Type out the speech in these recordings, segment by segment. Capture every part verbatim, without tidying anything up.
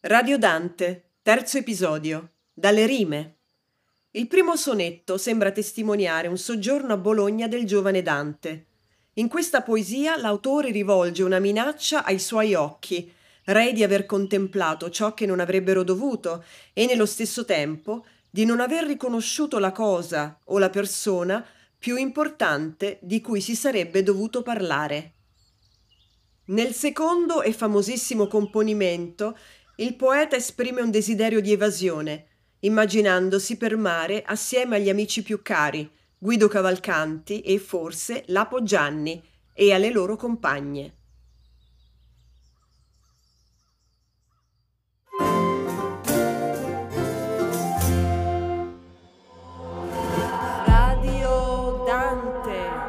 Radio Dante, terzo episodio, dalle rime. Il primo sonetto sembra testimoniare un soggiorno a Bologna del giovane Dante. In questa poesia l'autore rivolge una minaccia ai suoi occhi, rei di aver contemplato ciò che non avrebbero dovuto e nello stesso tempo di non aver riconosciuto la cosa o la persona più importante di cui si sarebbe dovuto parlare. Nel secondo e famosissimo componimento il poeta esprime un desiderio di evasione, immaginandosi per mare assieme agli amici più cari, Guido Cavalcanti e forse Lapo Gianni, e alle loro compagne. Radio Dante.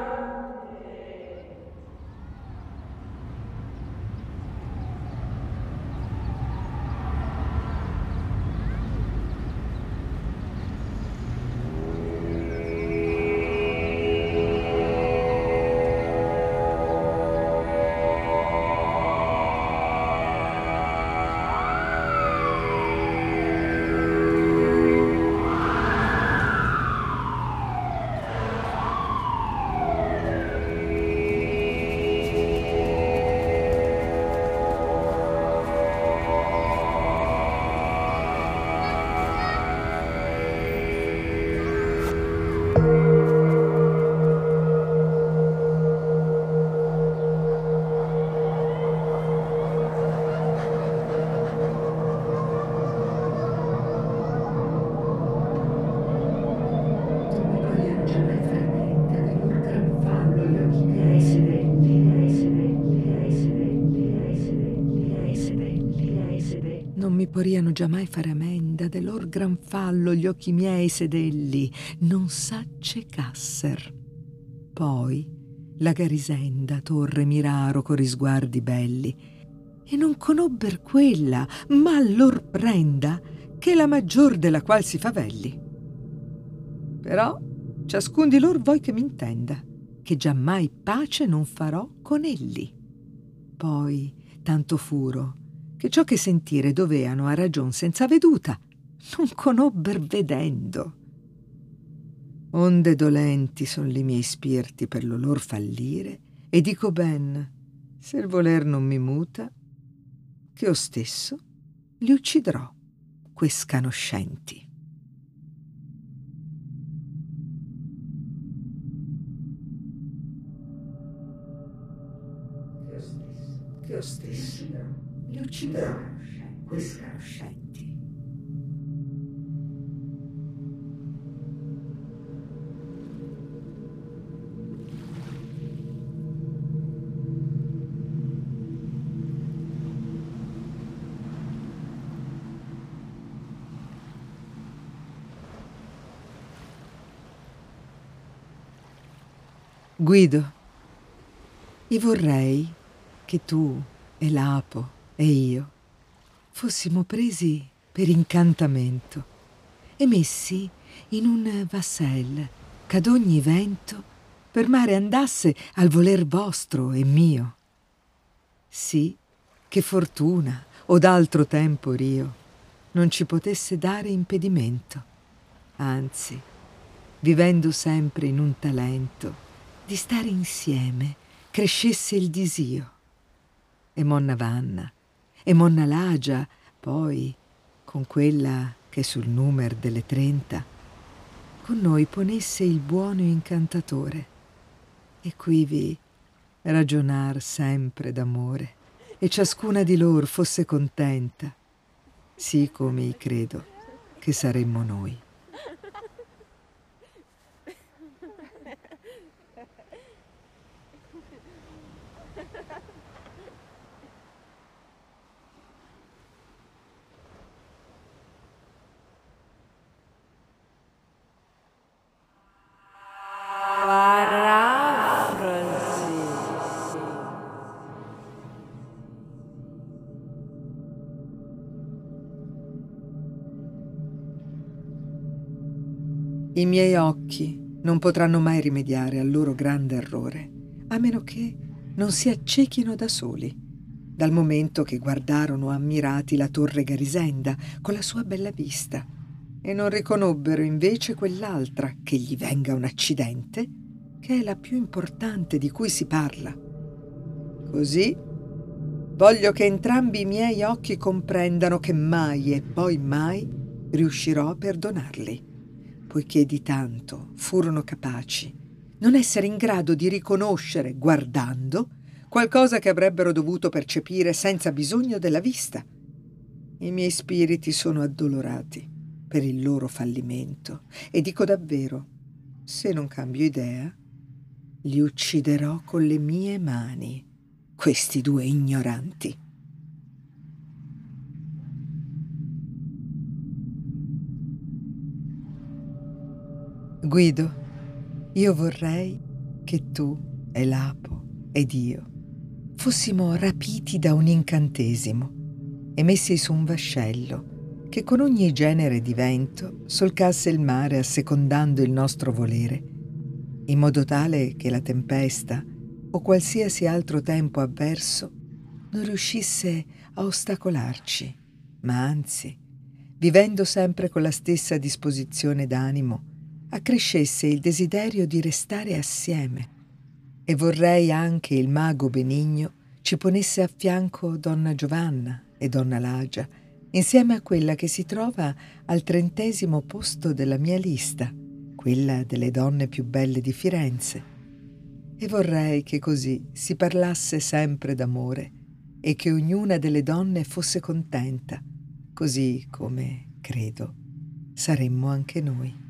Non mi poriano giammai fare amenda de lor gran fallo gli occhi miei sedelli, non s'accecasser. Poi la garisenda torre miraro co risguardi belli, e non conobber quella, ma lor prenda, che la maggior della qual si favelli. Però ciascun di lor voi che m'intenda, che giammai pace non farò con elli. Poi tanto furo, che ciò che sentire doveano a ragion senza veduta, non conobber vedendo. Onde dolenti son li miei spirti per lo lor fallire, e dico ben, se il voler non mi muta, che io stesso li uccidrò, que scanoscenti. Che io stesso, che io stesso li uccidrò, quei scanoscenti. Guido, io vorrei che tu e Lapo e io fossimo presi per incantamento e messi in un vassel ch'ad ogni vento per mare andasse al voler vostro e mio. Sì, che fortuna o d'altro tempo rio non ci potesse dare impedimento, anzi, vivendo sempre in un talento di stare insieme, crescesse il disio. E monna Vanna, e monna Lagia, poi, con quella che sul numer delle trenta, con noi ponesse il buono incantatore, e quivi ragionar sempre d'amore, e ciascuna di lor fosse contenta, sì come credo che saremmo noi. I miei occhi non potranno mai rimediare al loro grande errore, a meno che non si accechino da soli. dal momento che guardarono ammirati la torre Garisenda con la sua bella vista e non riconobbero invece quell'altra, che gli venga un accidente, che è la più importante di cui si parla. Così voglio che entrambi i miei occhi comprendano che mai e poi mai riuscirò a perdonarli, poiché di tanto furono capaci non essere in grado di riconoscere, guardando, qualcosa che avrebbero dovuto percepire senza bisogno della vista. I miei spiriti sono addolorati per il loro fallimento e dico davvero, se non cambio idea, li ucciderò con le mie mani, questi due ignoranti. Guido, io vorrei che tu e Lapo ed io fossimo rapiti da un incantesimo e messi su un vascello che con ogni genere di vento solcasse il mare assecondando il nostro volere, in modo tale che la tempesta o qualsiasi altro tempo avverso non riuscisse a ostacolarci, ma anzi, vivendo sempre con la stessa disposizione d'animo, accrescesse il desiderio di restare assieme. E vorrei anche il mago benigno ci ponesse a fianco donna Giovanna e donna Lagia, insieme a quella che si trova al trentesimo posto della mia lista, quella delle donne più belle di Firenze. E vorrei che così si parlasse sempre d'amore e che ognuna delle donne fosse contenta, così come, credo, saremmo anche noi.